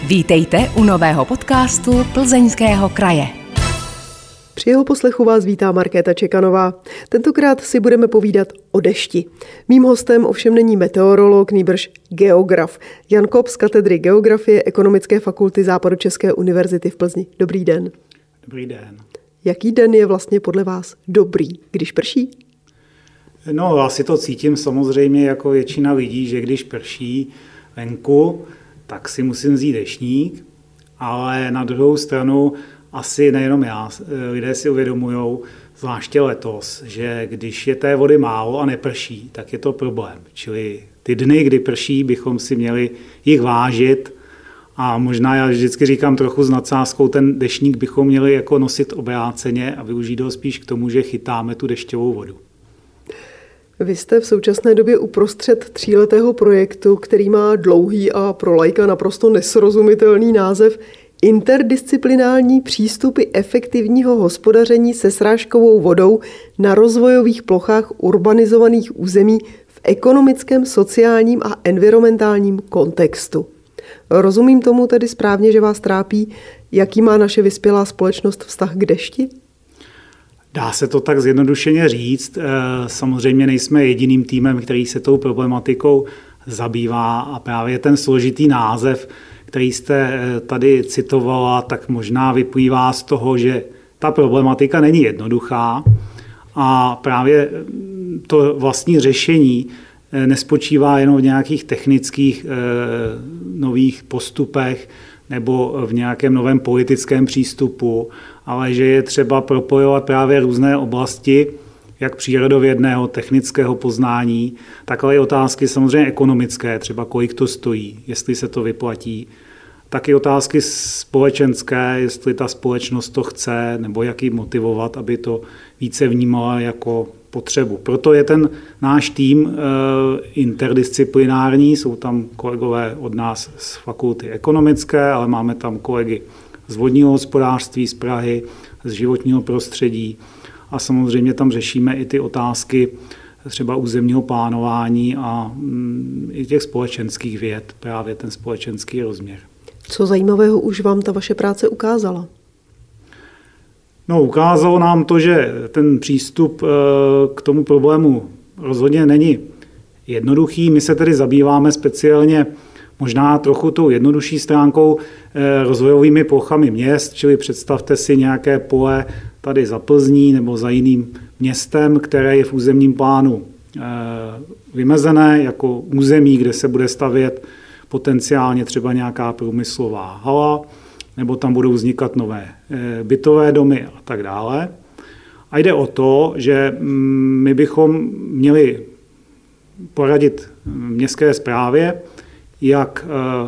Vítejte u nového podcastu Plzeňského kraje. Při jeho poslechu vás vítá Markéta Čekanová. Tentokrát si budeme povídat o dešti. Mým hostem ovšem není meteorolog, nýbrž geograf. Jan Kop z katedry geografie Ekonomické fakulty Západočeské univerzity v Plzni. Dobrý den. Dobrý den. Jaký den je vlastně podle vás dobrý, když prší? No, já si to cítím samozřejmě jako většina lidí, že když prší venku, tak si musím vzít deštník, ale na druhou stranu asi nejenom já, lidé si uvědomujou, zvláště letos, že když je té vody málo a neprší, tak je to problém. Čili ty dny, kdy prší, bychom si měli jich vážit a možná já vždycky říkám trochu s nadsázkou, ten deštník bychom měli jako nosit obráceně a využít ho spíš k tomu, že chytáme tu dešťovou vodu. Vy jste v současné době uprostřed 3letého projektu, který má dlouhý a pro laika naprosto nesrozumitelný název Interdisciplinární přístupy efektivního hospodaření se srážkovou vodou na rozvojových plochách urbanizovaných území v ekonomickém, sociálním a environmentálním kontextu. Rozumím tomu tedy správně, že vás trápí, jaký má naše vyspělá společnost vztah k dešti? Dá se to tak zjednodušeně říct. Samozřejmě nejsme jediným týmem, který se tou problematikou zabývá a právě ten složitý název, který jste tady citovala, tak možná vyplývá z toho, že ta problematika není jednoduchá a právě to vlastní řešení nespočívá jenom v nějakých technických nových postupech nebo v nějakém novém politickém přístupu, ale že je třeba propojovat právě různé oblasti, jak přírodovědného, technického poznání, tak ale i otázky samozřejmě ekonomické, třeba kolik to stojí, jestli se to vyplatí, tak i otázky společenské, jestli ta společnost to chce, nebo jak ji motivovat, aby to více vnímala jako potřebu. Proto je ten náš tým interdisciplinární, jsou tam kolegové od nás z fakulty ekonomické, ale máme tam kolegy z vodního hospodářství, z Prahy, z životního prostředí a samozřejmě tam řešíme i ty otázky třeba územního plánování a i těch společenských věd, právě ten společenský rozměr. Co zajímavého už vám ta vaše práce ukázala? No, ukázalo nám to, že ten přístup k tomu problému rozhodně není jednoduchý. My se tedy zabýváme speciálně možná trochu tou jednodušší stránkou rozvojovými plochami měst, čili představte si nějaké pole tady za Plzní nebo za jiným městem, které je v územním plánu vymezené jako území, kde se bude stavět potenciálně třeba nějaká průmyslová hala, nebo tam budou vznikat nové bytové domy a tak dále. A jde o to, že my bychom měli poradit městské správě, jak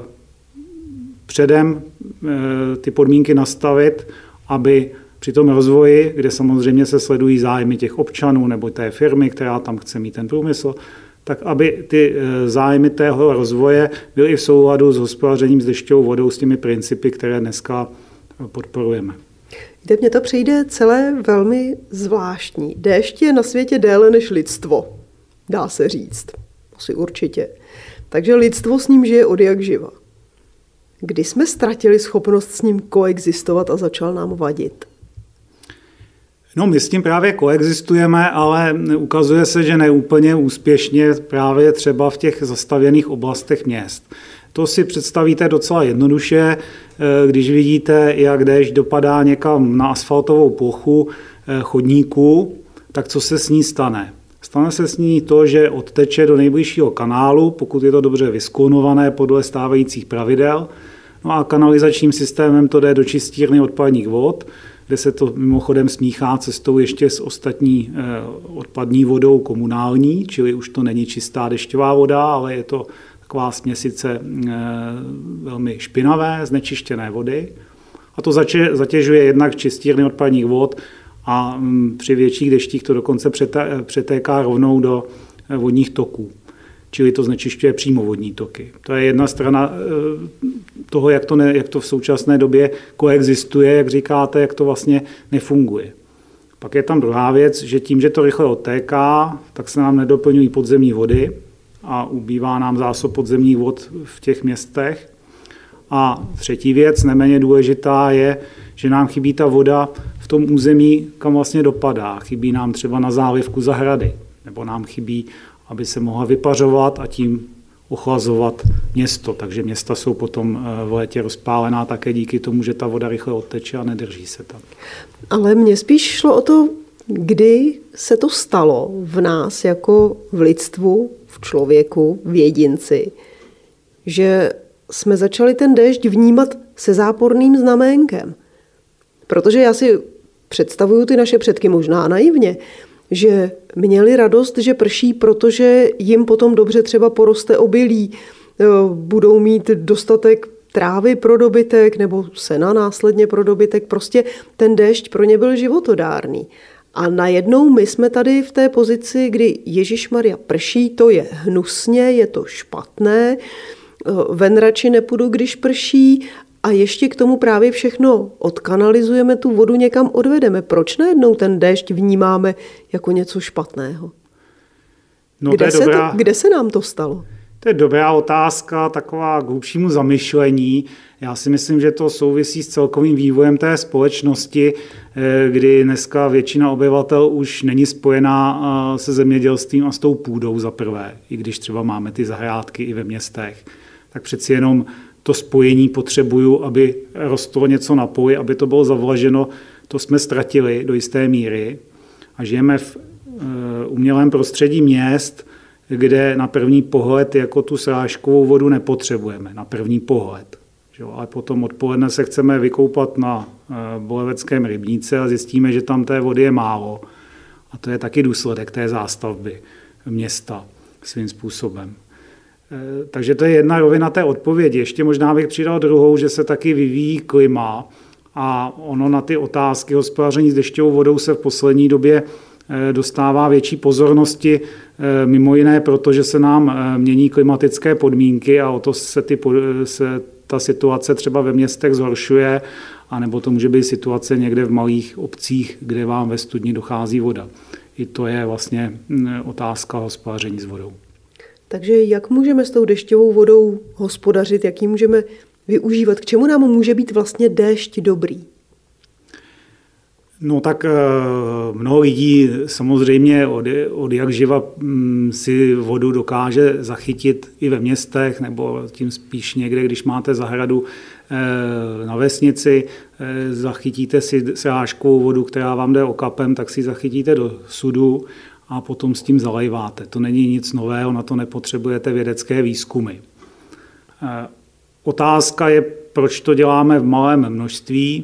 předem ty podmínky nastavit, aby při tom rozvoji, kde samozřejmě se sledují zájmy těch občanů nebo té firmy, která tam chce mít ten průmysl, tak aby ty zájmy tého rozvoje byly i v souladu s hospodařením s dešťovou vodou, s těmi principy, které dneska podporujeme. Mně to přijde celé velmi zvláštní. Déšť je na světě déle než lidstvo, dá se říct. Asi určitě. Takže lidstvo s ním žije od jak živa. Kdy jsme ztratili schopnost s ním koexistovat a začal nám vadit? No, my s tím právě koexistujeme, ale ukazuje se, že neúplně úspěšně právě třeba v těch zastavěných oblastech měst. To si představíte docela jednoduše, když vidíte, jak déšť dopadá někam na asfaltovou plochu chodníku, tak co se s ní stane? Stane se s ní to, že odteče do nejbližšího kanálu, pokud je to dobře vysklonované podle stávajících pravidel, no a kanalizačním systémem to jde do čistírny odpadních vod, kde se to mimochodem smíchá cestou ještě s ostatní odpadní vodou komunální, čili už to není čistá dešťová voda, ale je to taková směsice velmi špinavé, znečištěné vody. A to zatěžuje jednak čistírny odpadních vod a při větších deštích to dokonce přetéká rovnou do vodních toků. Čili to znečišťuje přímo vodní toky. To je jedna strana toho, jak to v současné době koexistuje, jak říkáte, jak to vlastně nefunguje. Pak je tam druhá věc, že tím, že to rychle odtéká, tak se nám nedoplňují podzemní vody a ubývá nám zásob podzemních vod v těch městech. A třetí věc, neméně důležitá, je, že nám chybí ta voda v tom území, kam vlastně dopadá. Chybí nám třeba na zálivku zahrady, nebo nám chybí, aby se mohla vypařovat a tím ochlazovat město. Takže města jsou potom v létě rozpálená také díky tomu, že ta voda rychle odteče a nedrží se tam. Ale mně spíš šlo o to, kdy se to stalo v nás jako v lidstvu, v člověku, v jedinci, že jsme začali ten déšť vnímat se záporným znaménkem. Protože já si představuju ty naše předky možná naivně, že měli radost, že prší, protože jim potom dobře třeba poroste obilí, budou mít dostatek trávy pro dobytek nebo sena následně pro dobytek. Prostě ten déšť pro ně byl životodárný. A najednou my jsme tady v té pozici, kdy Ježišmarja prší, to je hnusně, je to špatné, ven radši nepůjdu, když prší a ještě k tomu právě všechno odkanalizujeme, tu vodu někam odvedeme. Proč najednou ten déšť vnímáme jako něco špatného? No, Kde se nám to stalo? To je dobrá otázka, taková k hlubšímu zamyšlení. Já si myslím, že to souvisí s celkovým vývojem té společnosti, kdy dneska většina obyvatel už není spojená se zemědělstvím a s tou půdou za prvé. I když třeba máme ty zahrádky i ve městech, tak přeci jenom to spojení potřebuju, aby rostlo něco na poli, aby to bylo zavlaženo. To jsme ztratili do jisté míry a žijeme v umělém prostředí měst, kde na první pohled jako tu srážkovou vodu nepotřebujeme, na první pohled. Ale potom odpoledne se chceme vykoupat na Boleveckém rybníce a zjistíme, že tam té vody je málo. A to je taky důsledek té zástavby města svým způsobem. Takže to je jedna rovina té odpovědi. Ještě možná bych přidal druhou, že se taky vyvíjí klima a ono na ty otázky hospodaření s dešťovou vodou se v poslední době dostává větší pozornosti, mimo jiné proto, že se nám mění klimatické podmínky a o to se ta situace třeba ve městech zhoršuje, anebo to může být situace někde v malých obcích, kde vám ve studni dochází voda. I to je vlastně otázka hospodaření s vodou. Takže jak můžeme s tou dešťovou vodou hospodařit, jak ji můžeme využívat? K čemu nám může být vlastně déšť dobrý? No tak mnoho lidí samozřejmě od jak živa si vodu dokáže zachytit i ve městech, nebo tím spíš někde, když máte zahradu na vesnici, zachytíte si srážkovou vodu, která vám jde okapem, tak si zachytíte do sudu a potom s tím zalejváte. To není nic nového, na to nepotřebujete vědecké výzkumy. Otázka je, proč to děláme v malém množství,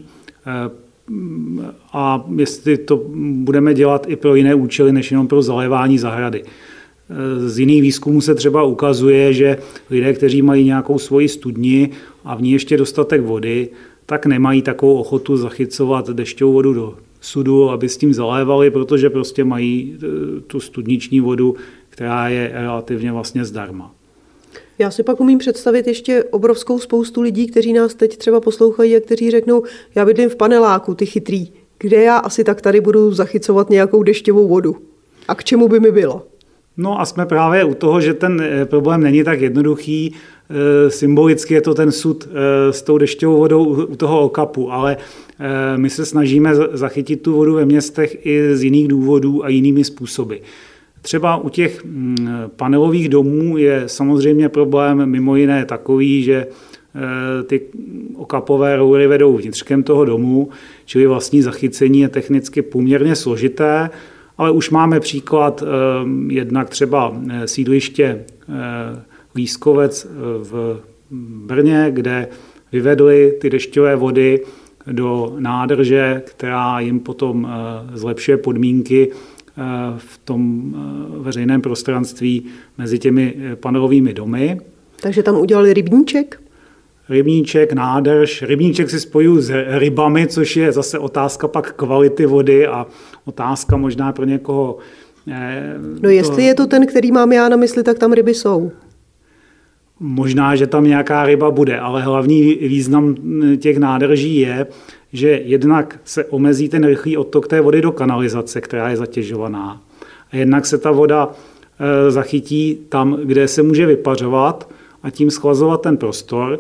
a jestli to budeme dělat i pro jiné účely, než jenom pro zalévání zahrady. Z jiných výzkumů se třeba ukazuje, že lidé, kteří mají nějakou svoji studni a v ní ještě dostatek vody, tak nemají takovou ochotu zachycovat dešťovou vodu do sudu, aby s tím zalévali, protože prostě mají tu studniční vodu, která je relativně vlastně zdarma. Já si pak umím představit ještě obrovskou spoustu lidí, kteří nás teď třeba poslouchají a kteří řeknou, já bydlím v paneláku, ty chytrý, kde já asi tak tady budu zachycovat nějakou dešťovou vodu. A k čemu by mi bylo? No a jsme právě u toho, že ten problém není tak jednoduchý. Symbolicky je to ten sud s tou dešťovou vodou u toho okapu, ale my se snažíme zachytit tu vodu ve městech i z jiných důvodů a jinými způsoby. Třeba u těch panelových domů je samozřejmě problém mimo jiné takový, že ty okapové roury vedou vnitřkem toho domu, čili vlastní zachycení je technicky poměrně složité, ale už máme příklad jednak třeba sídliště Lískovec v Brně, kde vyvedli ty dešťové vody do nádrže, která jim potom zlepšuje podmínky v tom veřejném prostranství mezi těmi panelovými domy. Takže tam udělali rybníček? Rybníček, nádrž. Rybníček si spojují s rybami, což je zase otázka pak kvality vody a otázka možná pro někoho. No jestli je to ten, který mám já na mysli, tak tam ryby jsou. Možná, že tam nějaká ryba bude, ale hlavní význam těch nádrží je, že jednak se omezí ten rychlý odtok té vody do kanalizace, která je zatěžovaná. A jednak se ta voda zachytí tam, kde se může vypařovat a tím schlazovat ten prostor.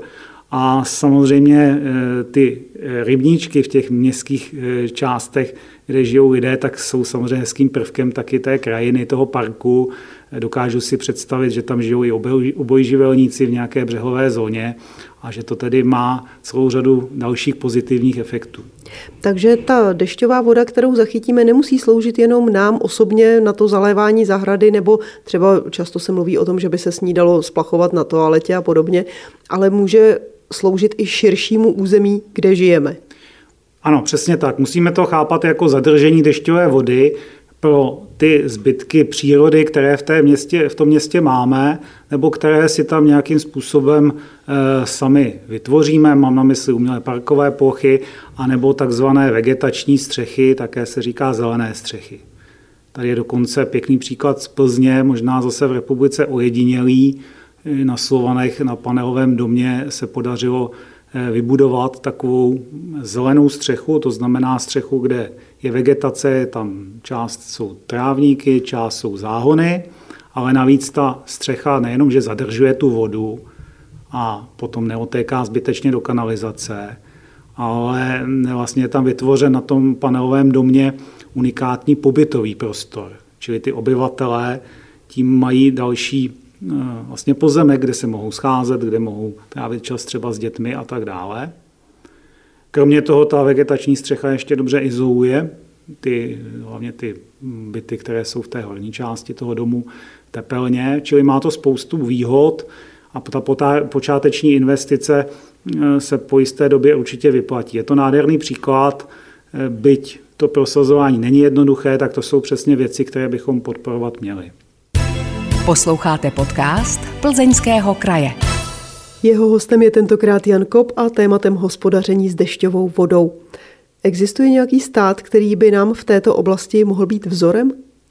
A samozřejmě ty rybníčky v těch městských částech, kde žijou lidé, tak jsou samozřejmě hezkým prvkem taky té krajiny, toho parku. Dokážu si představit, že tam žijou i obojživelníci v nějaké břehové zóně a že to tedy má celou řadu dalších pozitivních efektů. Takže ta dešťová voda, kterou zachytíme, nemusí sloužit jenom nám osobně na to zalévání zahrady, nebo třeba často se mluví o tom, že by se s ní dalo splachovat na toaletě a podobně, ale může sloužit i širšímu území, kde žijeme. Ano, přesně tak. Musíme to chápat jako zadržení dešťové vody pro ty zbytky přírody, které v tom městě máme, nebo které si tam nějakým způsobem sami vytvoříme. Mám na mysli umělé parkové plochy, anebo takzvané vegetační střechy, také se říká zelené střechy. Tady je dokonce pěkný příklad z Plzně, možná zase v republice ojedinělý. Na Slovanech na panelovém domě se podařilo vybudovat takovou zelenou střechu, to znamená střechu, kde je vegetace, tam část jsou trávníky, část jsou záhony, ale navíc ta střecha nejenom, že zadržuje tu vodu a potom neotéká zbytečně do kanalizace, ale vlastně je tam vytvořen na tom panelovém domě unikátní pobytový prostor, čili ty obyvatelé tím mají další vlastně pozemek, kde se mohou scházet, kde mohou trávit čas třeba s dětmi a tak dále. Kromě toho ta vegetační střecha ještě dobře izoluje hlavně ty byty, které jsou v té horní části toho domu tepelně, čili má to spoustu výhod a ta počáteční investice se po jisté době určitě vyplatí. Je to nádherný příklad, byť to prosazování není jednoduché, tak to jsou přesně věci, které bychom podporovat měli. Posloucháte podcast Plzeňského kraje. Jeho hostem je tentokrát Jan Kop a tématem hospodaření s dešťovou vodou. Existuje nějaký stát, který by nám v této oblasti mohl být vzorem?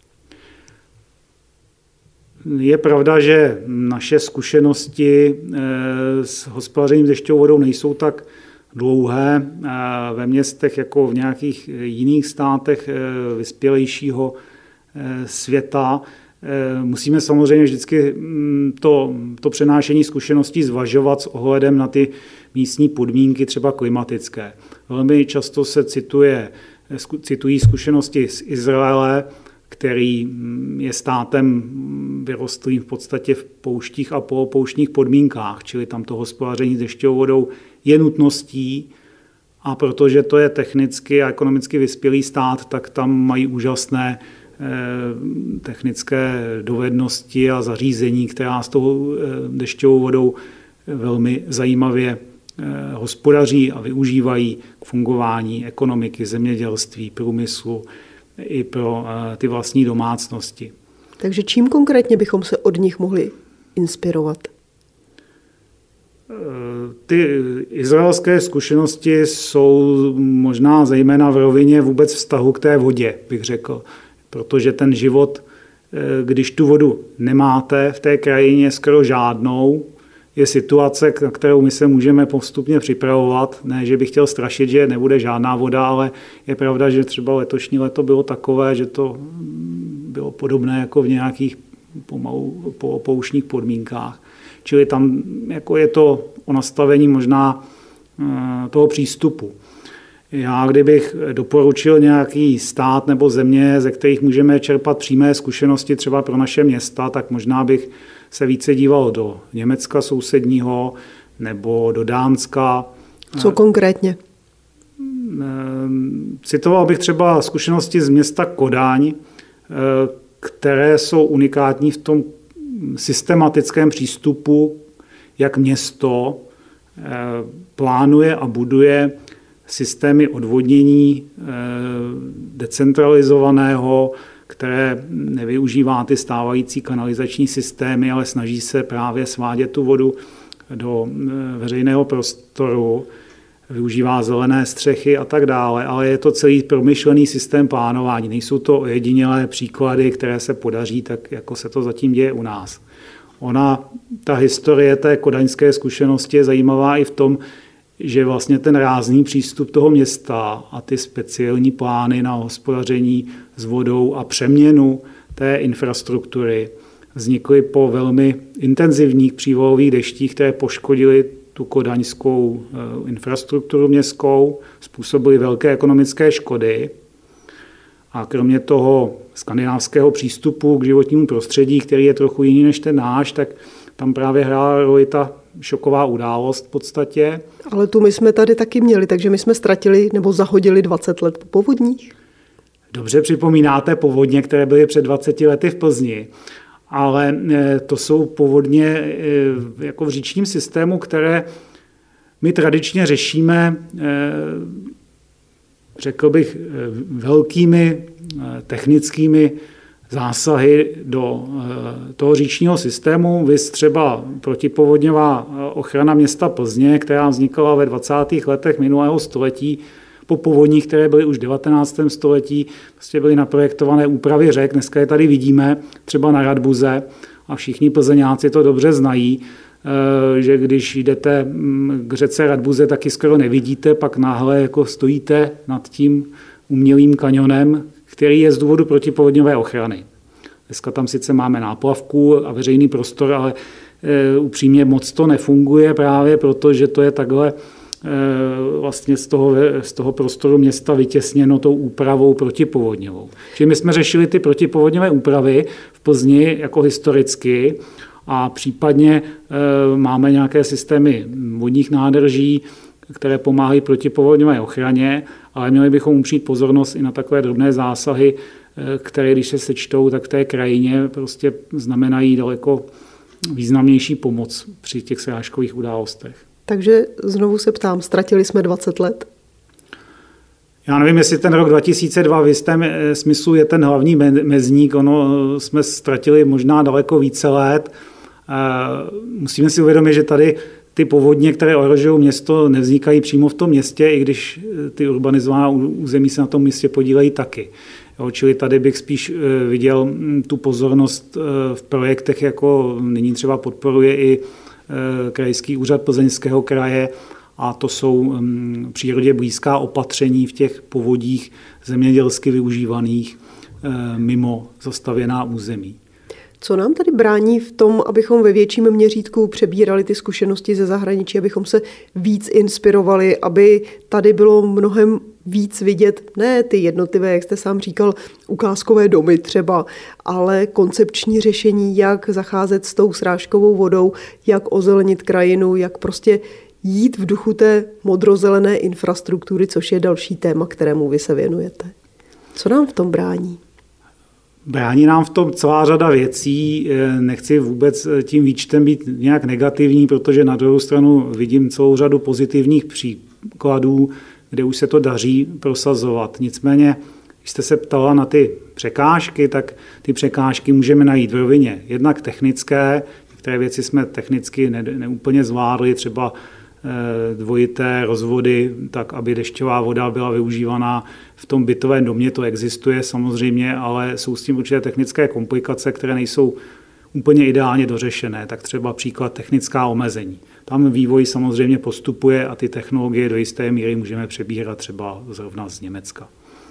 Je pravda, že naše zkušenosti s hospodařením s dešťovou vodou nejsou tak dlouhé. Ve městech jako v nějakých jiných státech vyspělejšího světa musíme samozřejmě vždycky to přenášení zkušeností zvažovat s ohledem na ty místní podmínky, třeba klimatické. Velmi často se citují zkušenosti z Izraele, který je státem vyrostlým v podstatě v pouštích a polopouštních podmínkách, čili tam to hospodaření s dešťovou vodou je nutností a protože to je technicky a ekonomicky vyspělý stát, tak tam mají úžasné technické dovednosti a zařízení, která s tou dešťovou vodou velmi zajímavě hospodaří a využívají k fungování ekonomiky, zemědělství, průmyslu i pro ty vlastní domácnosti. Takže čím konkrétně bychom se od nich mohli inspirovat? Ty izraelské zkušenosti jsou možná zejména v rovině vůbec vztahu k té vodě, bych řekl. Protože ten život, když tu vodu nemáte v té krajině skoro žádnou, je situace, na kterou my se můžeme postupně připravovat. Ne, že bych chtěl strašit, že nebude žádná voda, ale je pravda, že třeba letošní léto bylo takové, že to bylo podobné jako v nějakých pomalu polopouštních podmínkách. Čili tam jako je to o nastavení možná toho přístupu. Já kdybych doporučil nějaký stát nebo země, ze kterých můžeme čerpat přímé zkušenosti třeba pro naše města, tak možná bych se více díval do Německa sousedního nebo do Dánska. Co konkrétně? Citoval bych třeba zkušenosti z města Kodaň, které jsou unikátní v tom systematickém přístupu, jak město plánuje a buduje systémy odvodnění decentralizovaného, které nevyužívá ty stávající kanalizační systémy, ale snaží se právě svádět tu vodu do veřejného prostoru, využívá zelené střechy a tak dále, ale je to celý promyšlený systém plánování. Nejsou to ojedinělé příklady, které se podaří, tak jako se to zatím děje u nás. Ta historie té kodaňské zkušenosti je zajímavá i v tom, že vlastně ten rázný přístup toho města a ty speciální plány na hospodaření s vodou a přeměnu té infrastruktury vznikly po velmi intenzivních přívalových deštích, které poškodily tu kodaňskou infrastrukturu městskou, způsobily velké ekonomické škody. A kromě toho skandinávského přístupu k životnímu prostředí, který je trochu jiný než ten náš, tak tam právě hrála roli ta šoková událost v podstatě. Ale tu my jsme tady taky měli, takže my jsme ztratili nebo zahodili 20 let po povodních. Dobře připomínáte povodně, které byly před 20 lety v Plzni, ale to jsou povodně jako v říčním systému, které my tradičně řešíme, řekl bych, velkými technickými zásahy do toho říčního systému. Viz třeba protipovodňová ochrana města Plzně, která vznikala ve 20. letech minulého století, po povodních, které byly už v 19. století, prostě byly naprojektované úpravy řek. Dneska je tady vidíme, třeba na Radbuze, a všichni Plzeňáci to dobře znají, že když jdete k řece Radbuze, taky skoro nevidíte, pak náhle jako stojíte nad tím umělým kanionem, který je z důvodu protipovodňové ochrany. Dneska tam sice máme náplavku a veřejný prostor, ale upřímně moc to nefunguje právě proto, že to je takhle vlastně z toho prostoru města vytěsněno tou úpravou protipovodňovou. Čili my jsme řešili ty protipovodňové úpravy v Plzni jako historicky a případně máme nějaké systémy vodních nádrží, které pomáhají protipovodňové ochraně, ale měli bychom upřít pozornost i na takové drobné zásahy, které, když se sečtou, tak v té krajině prostě znamenají daleko významnější pomoc při těch srážkových událostech. Takže znovu se ptám, ztratili jsme 20 let? Já nevím, jestli ten rok 2002 v jistém smyslu je ten hlavní mezník. Ono jsme ztratili možná daleko více let. Musíme si uvědomit, že tady ty povodně, které ohrožují město, nevznikají přímo v tom městě, i když ty urbanizovaná území se na tom městě podílejí taky. Čili tady bych spíš viděl tu pozornost v projektech, jako nyní třeba podporuje i Krajský úřad Plzeňského kraje, a to jsou přírodě blízká opatření v těch povodích zemědělsky využívaných mimo zastavěná území. Co nám tady brání v tom, abychom ve větším měřítku přebírali ty zkušenosti ze zahraničí, abychom se víc inspirovali, aby tady bylo mnohem víc vidět, ne ty jednotlivé, jak jste sám říkal, ukázkové domy třeba, ale koncepční řešení, jak zacházet s tou srážkovou vodou, jak ozelenit krajinu, jak prostě jít v duchu té modrozelené infrastruktury, což je další téma, kterému vy se věnujete. Co nám v tom brání? Brání nám v tom celá řada věcí. Nechci vůbec tím výčtem být nějak negativní, protože na druhou stranu vidím celou řadu pozitivních příkladů, kde už se to daří prosazovat. Nicméně, když jste se ptala na ty překážky, tak ty překážky můžeme najít v rovině jednak technické, některé věci jsme technicky neúplně zvládli, třeba dvojité rozvody, tak aby dešťová voda byla využívaná v tom bytovém domě, to existuje samozřejmě, ale jsou s tím určité technické komplikace, které nejsou úplně ideálně dořešené, tak třeba příklad technická omezení. Tam vývoj samozřejmě postupuje a ty technologie do jisté míry můžeme přebírat třeba zrovna z Německa.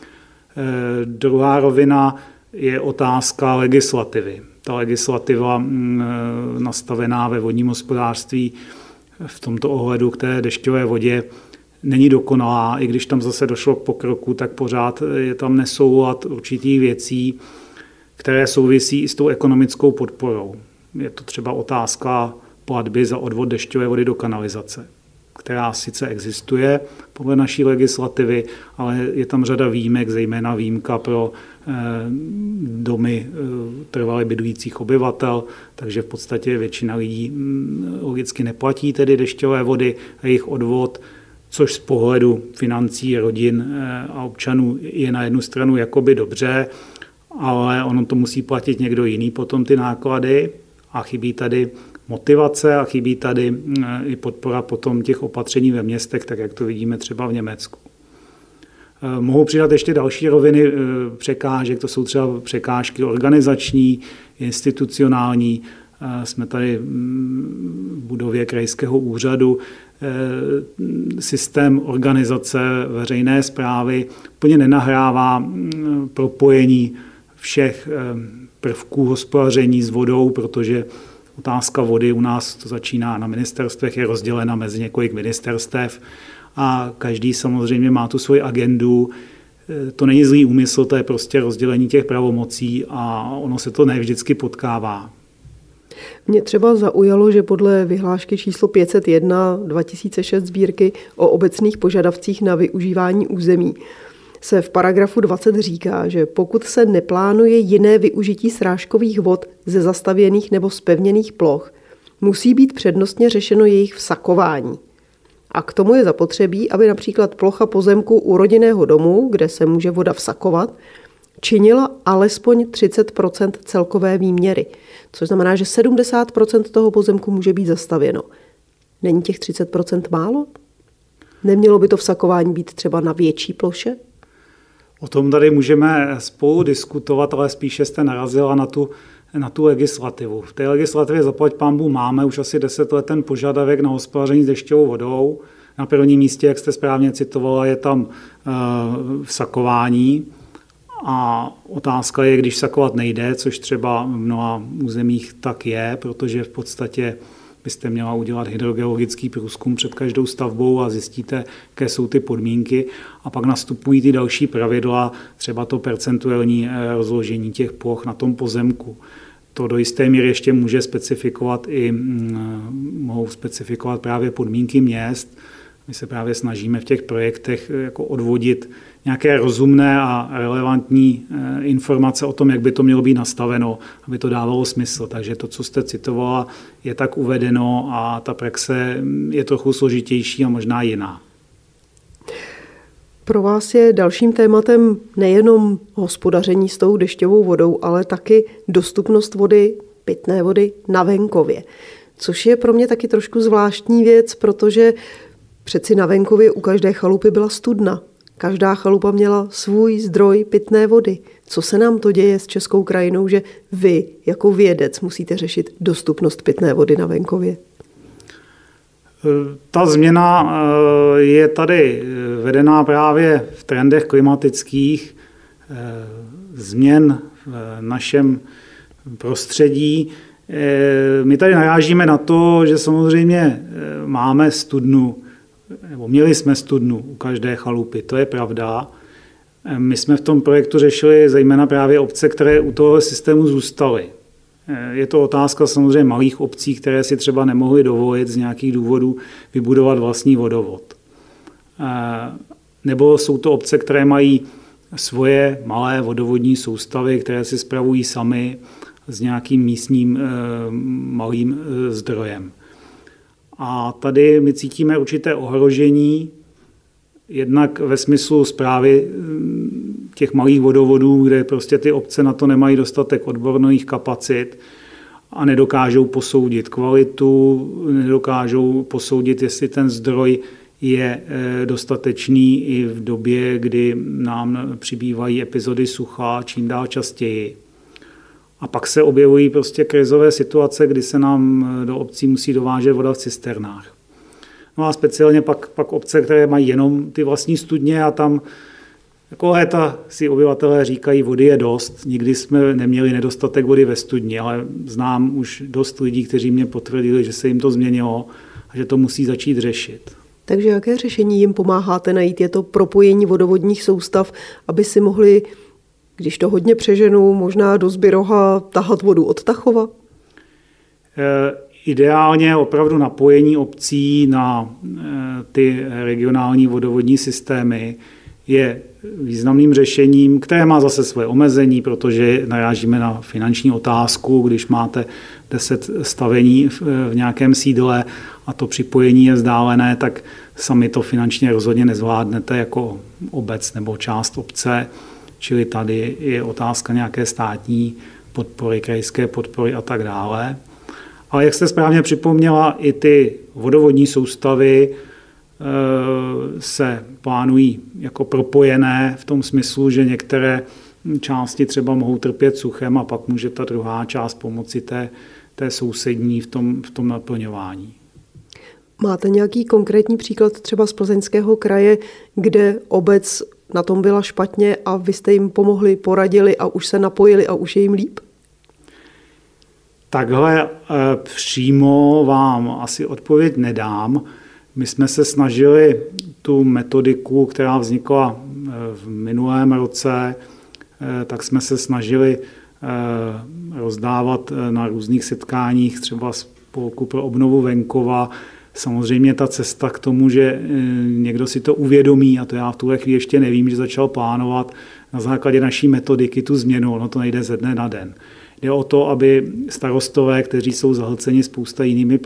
Druhá rovina je otázka legislativy. Ta legislativa nastavená ve vodním hospodářství v tomto ohledu k té dešťové vodě není dokonalá. I když tam zase došlo k pokroku, tak pořád je tam nesoulad určitých věcí, které souvisí i s tou ekonomickou podporou. Je to třeba otázka platby za odvod dešťové vody do kanalizace, která sice existuje podle naší legislativy, ale je tam řada výjimek, zejména výjimka pro domy trvale bydlících obyvatel, takže v podstatě většina lidí logicky neplatí tedy dešťové vody a jejich odvod, což z pohledu financí rodin a občanů je na jednu stranu jakoby dobře, ale ono to musí platit někdo jiný potom ty náklady a chybí tady motivace a chybí tady i podpora potom těch opatření ve městech, tak jak to vidíme třeba v Německu. Mohou přidat ještě další roviny překážek, to jsou třeba překážky organizační, institucionální. Jsme tady v budově krajského úřadu. Systém organizace veřejné správy úplně nenahrává propojení všech prvků hospodaření s vodou, protože Otázka vody u nás to začíná na ministerstvech, je rozdělena mezi několik ministerstev a každý samozřejmě má tu svoji agendu. To není zlý úmysl, to je prostě rozdělení těch pravomocí a ono se to ne vždycky potkává. Mě třeba zaujalo, že podle vyhlášky číslo 501 2006 sbírky o obecných požadavcích na využívání území se v paragrafu 20 říká, že pokud se neplánuje jiné využití srážkových vod ze zastavěných nebo zpevněných ploch, musí být přednostně řešeno jejich vsakování. A k tomu je zapotřebí, aby například plocha pozemku u rodinného domu, kde se může voda vsakovat, činila alespoň 30% celkové výměry, což znamená, že 70% toho pozemku může být zastavěno. Není těch 30% málo? Nemělo by to vsakování být třeba na větší ploše? O tom tady můžeme spolu diskutovat, ale spíše jste narazila na tu legislativu. V té legislativě zaplať pánbůh máme už asi 10 let ten požadavek na hospodaření s dešťovou vodou. Na prvním místě, jak jste správně citovala, je tam vsakování. A otázka je, když vsakovat nejde, což třeba v mnoha územích tak je, protože v podstatě byste měla udělat hydrogeologický průzkum před každou stavbou a zjistíte, jaké jsou ty podmínky. A pak nastupují ty další pravidla, třeba to percentuální rozložení těch ploch na tom pozemku. To do jisté míry ještě může specifikovat mohou specifikovat právě podmínky měst. My se právě snažíme v těch projektech jako odvodit nějaké rozumné a relevantní informace o tom, jak by to mělo být nastaveno, aby to dávalo smysl. Takže to, co jste citovala, je tak uvedeno a ta praxe je trochu složitější a možná jiná. Pro vás je dalším tématem nejenom hospodaření s tou dešťovou vodou, ale taky dostupnost vody, pitné vody na venkově. Což je pro mě taky trošku zvláštní věc, protože přeci na venkově u každé chalupy byla studna. Každá chalupa měla svůj zdroj pitné vody. Co se nám to děje s českou krajinou, že vy jako vědec musíte řešit dostupnost pitné vody na venkově? Ta změna je tady vedená právě v trendech klimatických, změn v našem prostředí. My tady narážíme na to, že samozřejmě máme studnu, nebo měli jsme studnu u každé chalupy, to je pravda. My jsme v tom projektu řešili zejména právě obce, které u toho systému zůstaly. Je to otázka samozřejmě malých obcí, které si třeba nemohly dovolit z nějakých důvodů vybudovat vlastní vodovod. Nebo jsou to obce, které mají svoje malé vodovodní soustavy, které si spravují sami s nějakým místním malým zdrojem. A tady my cítíme určité ohrožení, jednak ve smyslu správy těch malých vodovodů, kde prostě ty obce na to nemají dostatek odborných kapacit a nedokážou posoudit kvalitu, nedokážou posoudit, jestli ten zdroj je dostatečný i v době, kdy nám přibývají epizody sucha čím dál častěji. A pak se objevují prostě krizové situace, kdy se nám do obcí musí dovážet voda v cisternách. No a speciálně pak obce, které mají jenom ty vlastní studně a tam jako léta si obyvatelé říkají, vody je dost. Nikdy jsme neměli nedostatek vody ve studni, ale znám už dost lidí, kteří mě potvrdili, že se jim to změnilo a že to musí začít řešit. Takže jaké řešení jim pomáháte najít? Je to propojení vodovodních soustav, aby si mohli, když to hodně přeženu, možná do Zbiroha tahat vodu od Tachova? Ideálně opravdu napojení obcí na ty regionální vodovodní systémy je významným řešením, které má zase svoje omezení, protože narážíme na finanční otázku, když máte 10 stavení v nějakém sídle a to připojení je vzdálené, tak sami to finančně rozhodně nezvládnete jako obec nebo část obce, čili tady je otázka nějaké státní podpory, krajské podpory a tak dále. Ale jak jste správně připomněla, i ty vodovodní soustavy se plánují jako propojené v tom smyslu, že některé části třeba mohou trpět suchem a pak může ta druhá část pomoci té sousední v tom naplňování. Máte nějaký konkrétní příklad třeba z Plzeňského kraje, kde obec na tom byla špatně a vy jste jim pomohli, poradili a už se napojili a už je jim líp? Takhle přímo vám asi odpověď nedám. My jsme se snažili tu metodiku, která vznikla v minulém roce, tak jsme se snažili rozdávat na různých setkáních, třeba Spolku pro obnovu venkova. Samozřejmě ta cesta k tomu, že někdo si to uvědomí, a to já v tuhle chvíli ještě nevím, že začal plánovat na základě naší metodiky tu změnu, ono to nejde ze dne na den. Jde o to, aby starostové, kteří jsou zahlceni spousta jinými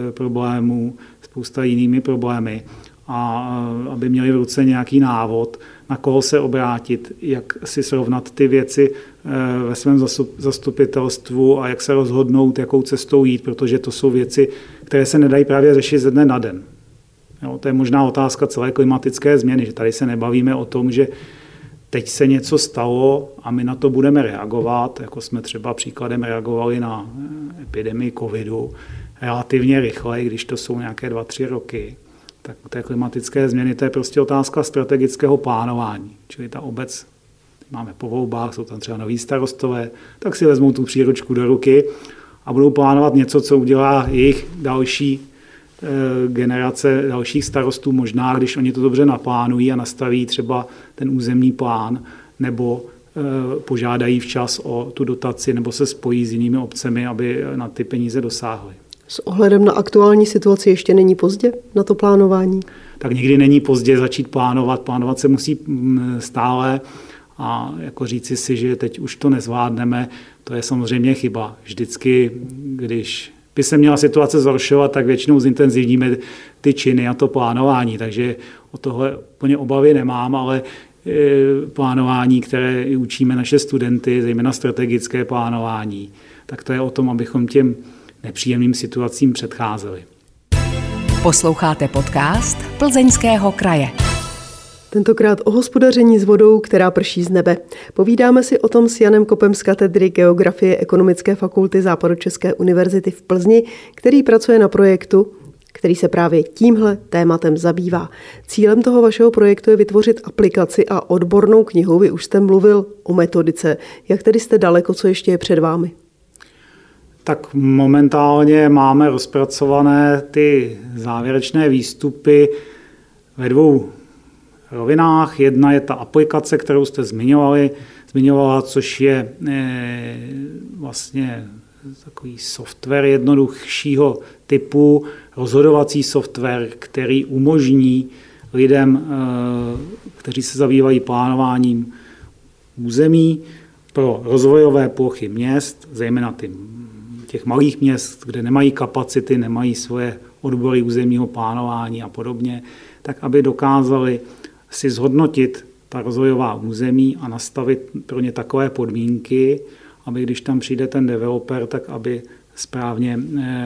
problémy, a aby měli v ruce nějaký návod, na koho se obrátit, jak si srovnat ty věci ve svém zastupitelstvu a jak se rozhodnout, jakou cestou jít, protože to jsou věci, které se nedají právě řešit ze dne na den. Jo, to je možná otázka celé klimatické změny, že tady se nebavíme o tom, že teď se něco stalo a my na to budeme reagovat, jako jsme třeba příkladem reagovali na epidemii covidu relativně rychle, když to jsou nějaké 2-3 roky. Tak u té klimatické změny to je prostě otázka strategického plánování. Čili ta obec, máme po volbách, jsou tam třeba noví starostové, tak si vezmou tu příručku do ruky a budou plánovat něco, co udělá jejich další generace dalších starostů, možná když oni to dobře naplánují a nastaví třeba ten územní plán, nebo požádají včas o tu dotaci, nebo se spojí s jinými obcemi, aby na ty peníze dosáhly. S ohledem na aktuální situaci ještě není pozdě na to plánování? Tak nikdy není pozdě začít plánovat. Plánovat se musí stále a jako říci si, že teď už to nezvládneme, to je samozřejmě chyba. Vždycky, když by se měla situace zhoršovat, tak většinou zintenzivníme ty činy a to plánování. Takže o tohle úplně obavy nemám, ale plánování, které i učíme naše studenty, zejména strategické plánování, tak to je o tom, abychom těm nepříjemným situacím předcházeli. Posloucháte podcast Plzeňského kraje. Tentokrát o hospodaření s vodou, která prší z nebe. Povídáme si o tom s Janem Kopem z katedry geografie Ekonomické fakulty Západočeské univerzity v Plzni, který pracuje na projektu, který se právě tímhle tématem zabývá. Cílem toho vašeho projektu je vytvořit aplikaci a odbornou knihu. Vy už jste mluvil o metodice. Jak tedy jste daleko, co ještě je před vámi? Tak momentálně máme rozpracované ty závěrečné výstupy ve 2 rovinách. Jedna je ta aplikace, kterou jste zmiňovala, což je vlastně takový software jednoduššího typu, rozhodovací software, který umožní lidem, kteří se zabývají plánováním území pro rozvojové plochy měst, zejména těch malých měst, kde nemají kapacity, nemají svoje odbory územního plánování a podobně, tak aby dokázali si zhodnotit ta rozvojová území a nastavit pro ně takové podmínky, aby když tam přijde ten developer, tak aby správně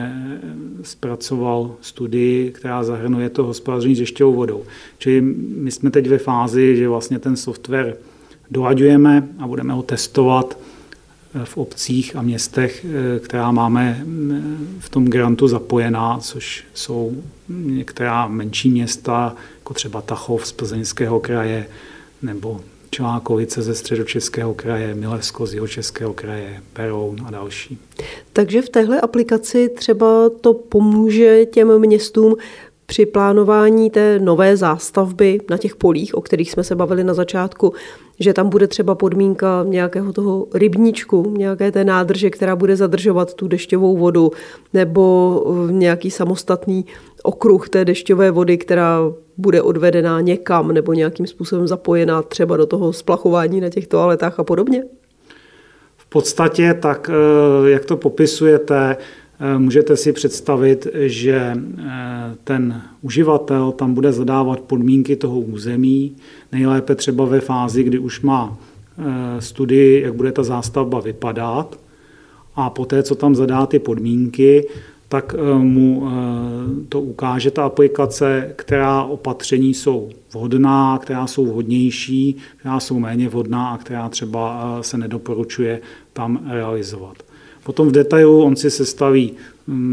zpracoval studii, která zahrnuje to hospodaření s dešťovou vodou. Čili my jsme teď ve fázi, že vlastně ten software dolaďujeme a budeme ho testovat v obcích a městech, která máme v tom grantu zapojená, což jsou některá menší města, jako třeba Tachov z Plzeňského kraje, nebo Čelákovice ze Středočeského kraje, Milevsko z Jihočeského kraje, Beroun a další. Takže v téhle aplikaci třeba to pomůže těm městům při plánování té nové zástavby na těch polích, o kterých jsme se bavili na začátku, že tam bude třeba podmínka nějakého toho rybníčku, nějaké té nádrže, která bude zadržovat tu dešťovou vodu, nebo nějaký samostatný okruh té dešťové vody, která bude odvedená někam nebo nějakým způsobem zapojená třeba do toho splachování na těch toaletách a podobně? V podstatě tak, jak to popisujete, můžete si představit, že ten uživatel tam bude zadávat podmínky toho území, nejlépe třeba ve fázi, kdy už má studii, jak bude ta zástavba vypadat, a poté, co tam zadá ty podmínky, tak mu to ukáže ta aplikace, která opatření jsou vhodná, která jsou vhodnější, která jsou méně vhodná a která třeba se nedoporučuje tam realizovat. Potom v detailu on si sestaví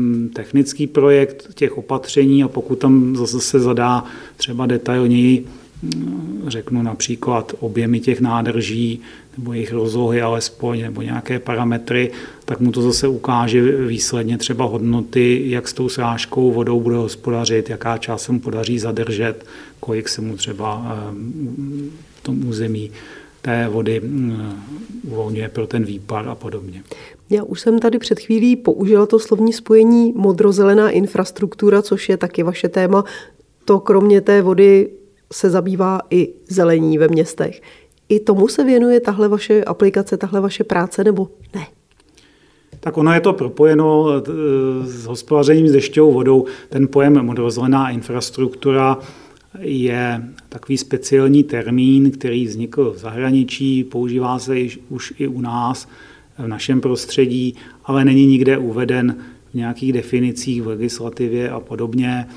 technický projekt těch opatření a pokud tam zase se zadá třeba detailněji řeknu například objemy těch nádrží nebo jejich rozlohy alespoň, nebo nějaké parametry, tak mu to zase ukáže výsledně třeba hodnoty, jak s tou srážkou vodou bude hospodařit, jaká část se mu podaří zadržet, kolik se mu třeba v tom území té vody uvolňuje pro ten výpar a podobně. Já už jsem tady před chvílí použila to slovní spojení modrozelená infrastruktura, což je taky vaše téma. To kromě té vody se zabývá i zelení ve městech. I tomu se věnuje tahle vaše aplikace, tahle vaše práce, nebo ne? Tak ono je to propojeno s hospodařením s dešťovou vodou. Ten pojem modrozelená infrastruktura je takový speciální termín, který vznikl v zahraničí, používá se už i u nás v našem prostředí, ale není nikde uveden v nějakých definicích v legislativě a podobně.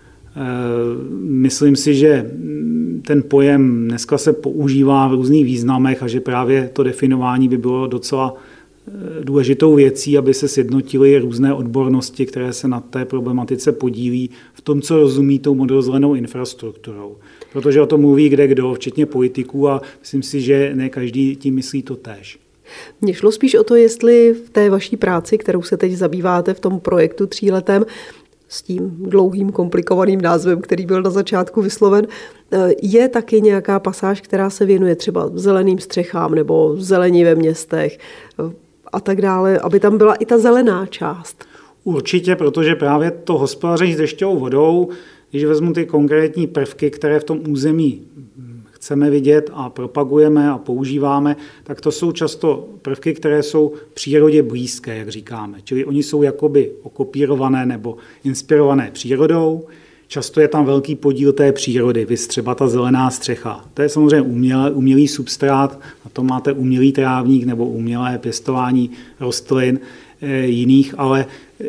Myslím si, že ten pojem dneska se používá v různých významech a že právě to definování by bylo docela důležitou věcí, aby se sjednotily různé odbornosti, které se na té problematice podílí v tom, co rozumí tou modrozelenou infrastrukturou. Protože o tom mluví kdekdo, včetně politiků, a myslím si, že ne každý tím myslí to též. Mně šlo spíš o to, jestli v té vaší práci, kterou se teď zabýváte v tom projektu 3letém, s tím dlouhým, komplikovaným názvem, který byl na začátku vysloven, je taky nějaká pasáž, která se věnuje třeba zeleným střechám nebo zelení ve městech a tak dále, aby tam byla i ta zelená část. Určitě, protože právě to hospodaření s dešťovou vodou, když vezmu ty konkrétní prvky, které v tom území chceme vidět a propagujeme a používáme, tak to jsou často prvky, které jsou přírodě blízké, jak říkáme. Čili oni jsou jakoby okopírované nebo inspirované přírodou. Často je tam velký podíl té přírody, viz třeba ta zelená střecha. To je samozřejmě umělý substrát, na to máte umělý trávník nebo umělé pěstování rostlin jiných, ale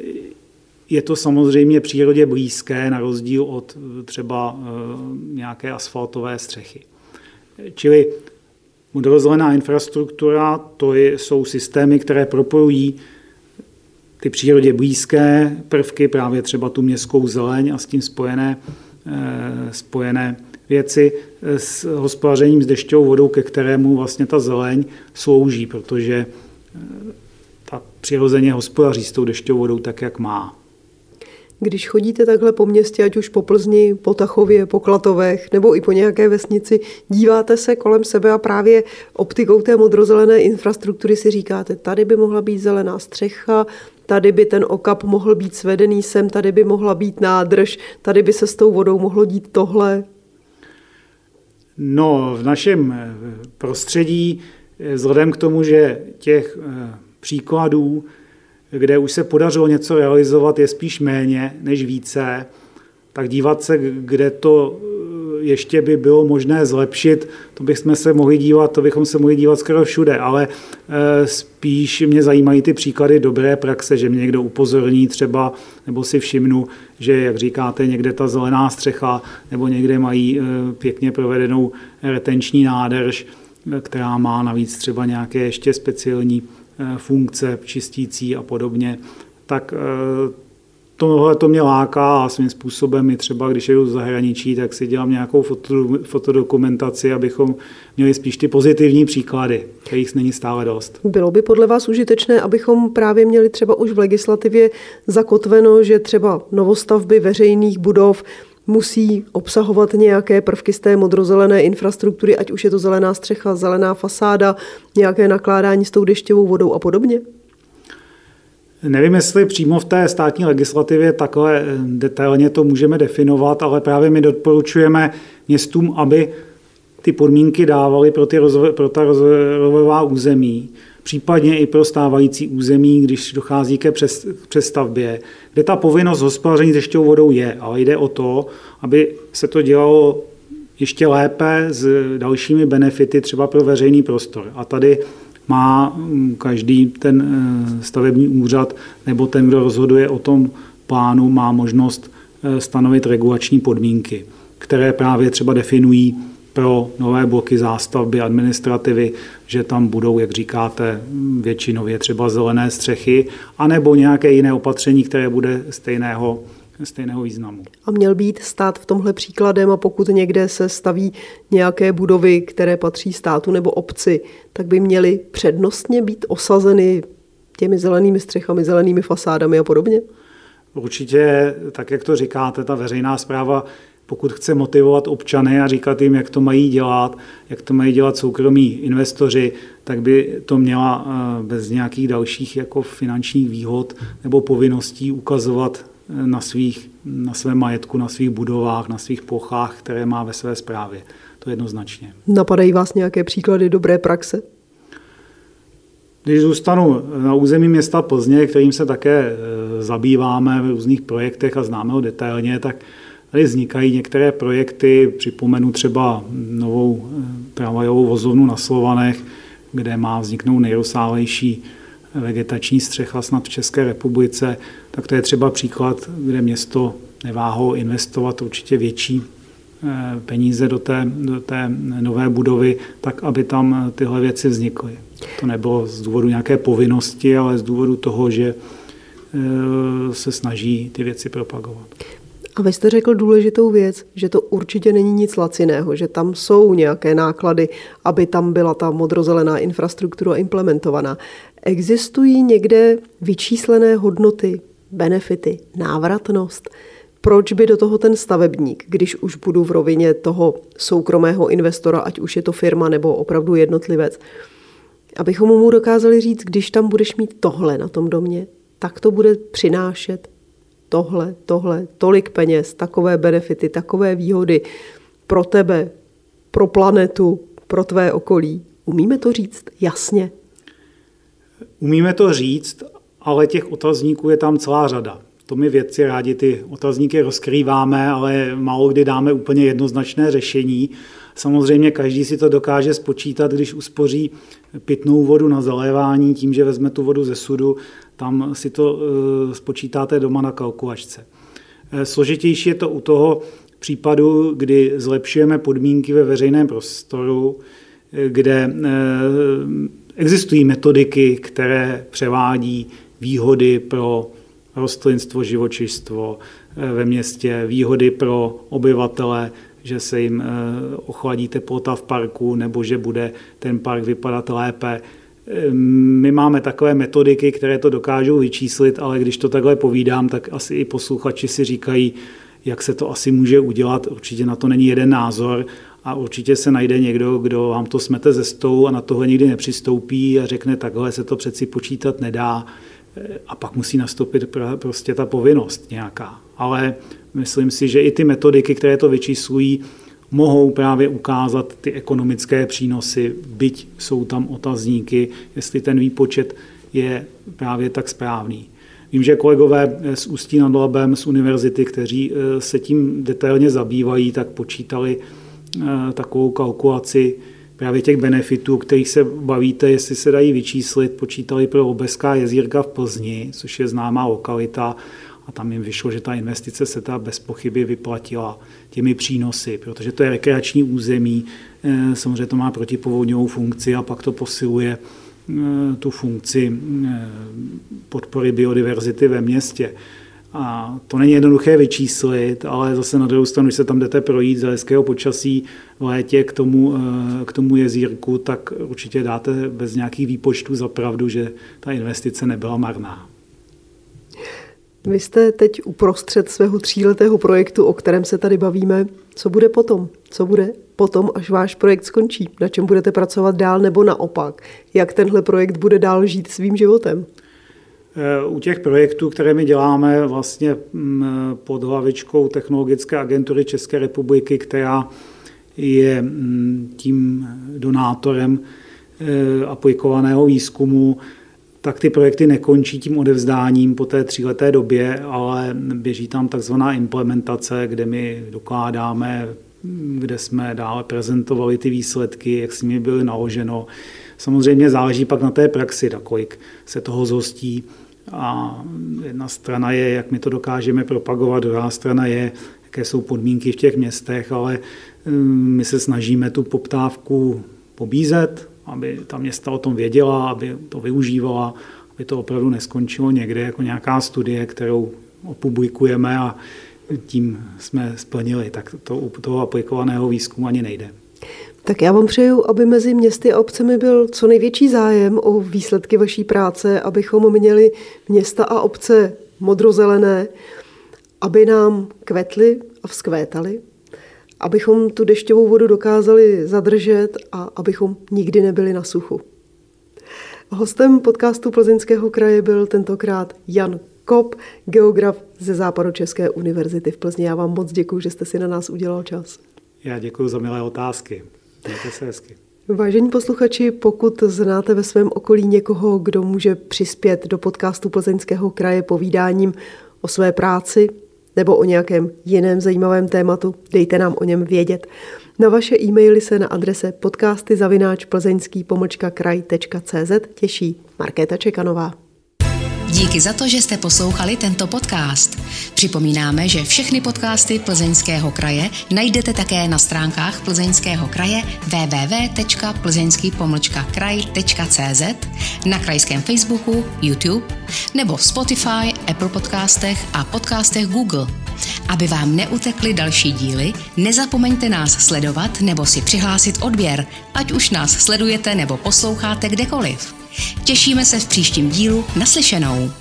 je to samozřejmě přírodě blízké na rozdíl od třeba nějaké asfaltové střechy. Čili modrozelená infrastruktura, to jsou systémy, které propojují ty přírodě blízké prvky, právě třeba tu městskou zeleň a s tím spojené věci s hospodařením s dešťovou vodou, ke kterému vlastně ta zeleň slouží, protože ta přirozeně hospodaří s tou dešťovou vodou tak, jak má. Když chodíte takhle po městě, ať už po Plzni, po Tachově, po Klatovech nebo i po nějaké vesnici, díváte se kolem sebe a právě optikou té modrozelené infrastruktury si říkáte, tady by mohla být zelená střecha, tady by ten okap mohl být svedený sem, tady by mohla být nádrž, tady by se s tou vodou mohlo dít tohle. No, v našem prostředí, vzhledem k tomu, že těch příkladů, kde už se podařilo něco realizovat, je spíš méně než více, tak dívat se, kde to ještě by bylo možné zlepšit, to bychom se mohli dívat skoro všude, ale spíš mě zajímají ty příklady dobré praxe, že mě někdo upozorní třeba, nebo si všimnu, že, jak říkáte, někde ta zelená střecha, nebo někde mají pěkně provedenou retenční nádrž, která má navíc třeba nějaké ještě speciální funkce čistící a podobně, tak tohle to mě láká a svým způsobem i třeba, když jedu z zahraničí, tak si dělám nějakou fotodokumentaci, abychom měli spíš ty pozitivní příklady, kterých není stále dost. Bylo by podle vás užitečné, abychom právě měli třeba už v legislativě zakotveno, že třeba novostavby veřejných budov musí obsahovat nějaké prvky z té modrozelené infrastruktury, ať už je to zelená střecha, zelená fasáda, nějaké nakládání s tou dešťovou vodou a podobně? Nevím, jestli přímo v té státní legislativě takhle detailně to můžeme definovat, ale právě my doporučujeme městům, aby ty podmínky dávaly pro ta rozvojová území, případně i pro stávající území, když dochází ke přestavbě, kde ta povinnost hospodaření s dešťovou vodou je, ale jde o to, aby se to dělalo ještě lépe s dalšími benefity třeba pro veřejný prostor. A tady má každý ten stavební úřad nebo ten, kdo rozhoduje o tom plánu, má možnost stanovit regulační podmínky, které právě třeba definují pro nové bloky zástavby, administrativy, že tam budou, jak říkáte, většinově třeba zelené střechy, anebo nějaké jiné opatření, které bude stejného stejného významu. A měl být stát v tomhle příkladem, a pokud někde se staví nějaké budovy, které patří státu nebo obci, tak by měly přednostně být osazeny těmi zelenými střechami, zelenými fasádami a podobně? Určitě, tak jak to říkáte, ta veřejná správa, pokud chce motivovat občany a říkat jim, jak to mají dělat, jak to mají dělat soukromí investoři, tak by to měla bez nějakých dalších jako finančních výhod nebo povinností ukazovat na svém majetku, na svých budovách, na svých plochách, které má ve své správě. To jednoznačně. Napadají vás nějaké příklady dobré praxe? Když zůstanu na území města Plzně, kterým se také zabýváme v různých projektech a známe ho detailně, tak tady vznikají některé projekty, připomenu třeba novou tramvajovou vozovnu na Slovanech, kde má vzniknout nejrozsáhlejší vegetační střecha snad v České republice, tak to je třeba příklad, kde město neváhalo investovat určitě větší peníze do té nové budovy, tak aby tam tyhle věci vznikly. To nebylo z důvodu nějaké povinnosti, ale z důvodu toho, že se snaží ty věci propagovat. A vy jste řekl důležitou věc, že to určitě není nic laciného, že tam jsou nějaké náklady, aby tam byla ta modrozelená infrastruktura implementovaná. Existují někde vyčíslené hodnoty, benefity, návratnost? Proč by do toho ten stavebník, když už budu v rovině toho soukromého investora, ať už je to firma nebo opravdu jednotlivec, abychom mu dokázali říct, když tam budeš mít tohle na tom domě, tak to bude přinášet tohle, tolik peněz, takové benefity, takové výhody pro tebe, pro planetu, pro tvé okolí. Umíme to říct jasně? Umíme to říct, ale těch otazníků je tam celá řada. To my vědci rádi ty otazníky rozkrýváme, ale málo kdy dáme úplně jednoznačné řešení. Samozřejmě každý si to dokáže spočítat, když uspoří pitnou vodu na zalévání tím, že vezme tu vodu ze sudu, tam si to spočítáte doma na kalkulačce. Složitější je to u toho případu, kdy zlepšujeme podmínky ve veřejném prostoru, kde existují metodiky, které převádí výhody pro rostlinstvo, živočišstvo ve městě, výhody pro obyvatele, že se jim ochladí teplota v parku nebo že bude ten park vypadat lépe. My máme takové metodiky, které to dokážou vyčíslit, ale když to takhle povídám, tak asi i posluchači si říkají, jak se to asi může udělat. Určitě na to není jeden názor a určitě se najde někdo, kdo vám to smete ze stolu a na tohle nikdy nepřistoupí a řekne, takhle se to přeci počítat nedá. A pak musí nastoupit prostě ta povinnost nějaká. Ale myslím si, že i ty metodiky, které to vyčíslují, mohou právě ukázat ty ekonomické přínosy, byť jsou tam otazníky, jestli ten výpočet je právě tak správný. Vím, že kolegové z Ústí nad Labem, z univerzity, kteří se tím detailně zabývají, tak počítali takovou kalkulaci právě těch benefitů, o kterých se bavíte, jestli se dají vyčíslit, počítali pro Lobeská jezírka v Plzni, což je známá lokalita, a tam jim vyšlo, že ta investice se ta bez pochyby vyplatila těmi přínosy, protože to je rekreační území, samozřejmě to má protipovodňovou funkci a pak to posiluje tu funkci podpory biodiverzity ve městě. A to není jednoduché vyčíslit, ale zase na druhou stranu, když se tam jdete projít za hezkého počasí v létě k tomu jezírku, tak určitě dáte bez nějakých výpočtů za pravdu, že ta investice nebyla marná. Vy jste teď uprostřed svého 3letého projektu, o kterém se tady bavíme. Co bude potom? Co bude potom, až váš projekt skončí? Na čem budete pracovat dál nebo naopak? Jak tenhle projekt bude dál žít svým životem? U těch projektů, které my děláme vlastně pod hlavičkou Technologické agentury České republiky, která je tím donátorem aplikovaného výzkumu, tak ty projekty nekončí tím odevzdáním po té 3leté době, ale běží tam takzvaná implementace, kde my dokládáme, kde jsme dále prezentovali ty výsledky, jak s nimi byly naloženo. Samozřejmě záleží pak na té praxi, nakolik se toho zhostí. A jedna strana je, jak my to dokážeme propagovat, druhá strana je, jaké jsou podmínky v těch městech, ale my se snažíme tu poptávku pobízet, aby ta města o tom věděla, aby to využívala, aby to opravdu neskončilo někde jako nějaká studie, kterou opublikujeme a tím jsme splnili. Tak to u toho aplikovaného výzkumu ani nejde. Tak já vám přeju, aby mezi městy a obcemi byl co největší zájem o výsledky vaší práce, abychom měli města a obce modrozelené, aby nám kvetly a vzkvétaly, abychom tu dešťovou vodu dokázali zadržet a abychom nikdy nebyli na suchu. Hostem podcastu Plzeňského kraje byl tentokrát Jan Kopp, geograf ze Západočeské univerzity v Plzni. Já vám moc děkuji, že jste si na nás udělal čas. Já děkuji za milé otázky. Mějte se hezky. Vážení posluchači, pokud znáte ve svém okolí někoho, kdo může přispět do podcastu Plzeňského kraje povídáním o své práci nebo o nějakém jiném zajímavém tématu, dejte nám o něm vědět. Na vaše e-maily se na adrese podcasty@plzeňský-kraj.cz těší Markéta Čekanová. Díky za to, že jste poslouchali tento podcast. Připomínáme, že všechny podcasty Plzeňského kraje najdete také na stránkách Plzeňského kraje www.plzeňský-kraj.cz, na krajském Facebooku, YouTube nebo Spotify, Apple podcastech a podcastech Google. Aby vám neutekly další díly, nezapomeňte nás sledovat nebo si přihlásit odběr, ať už nás sledujete nebo posloucháte kdekoliv. Těšíme se v příštím dílu. Naslyšenou.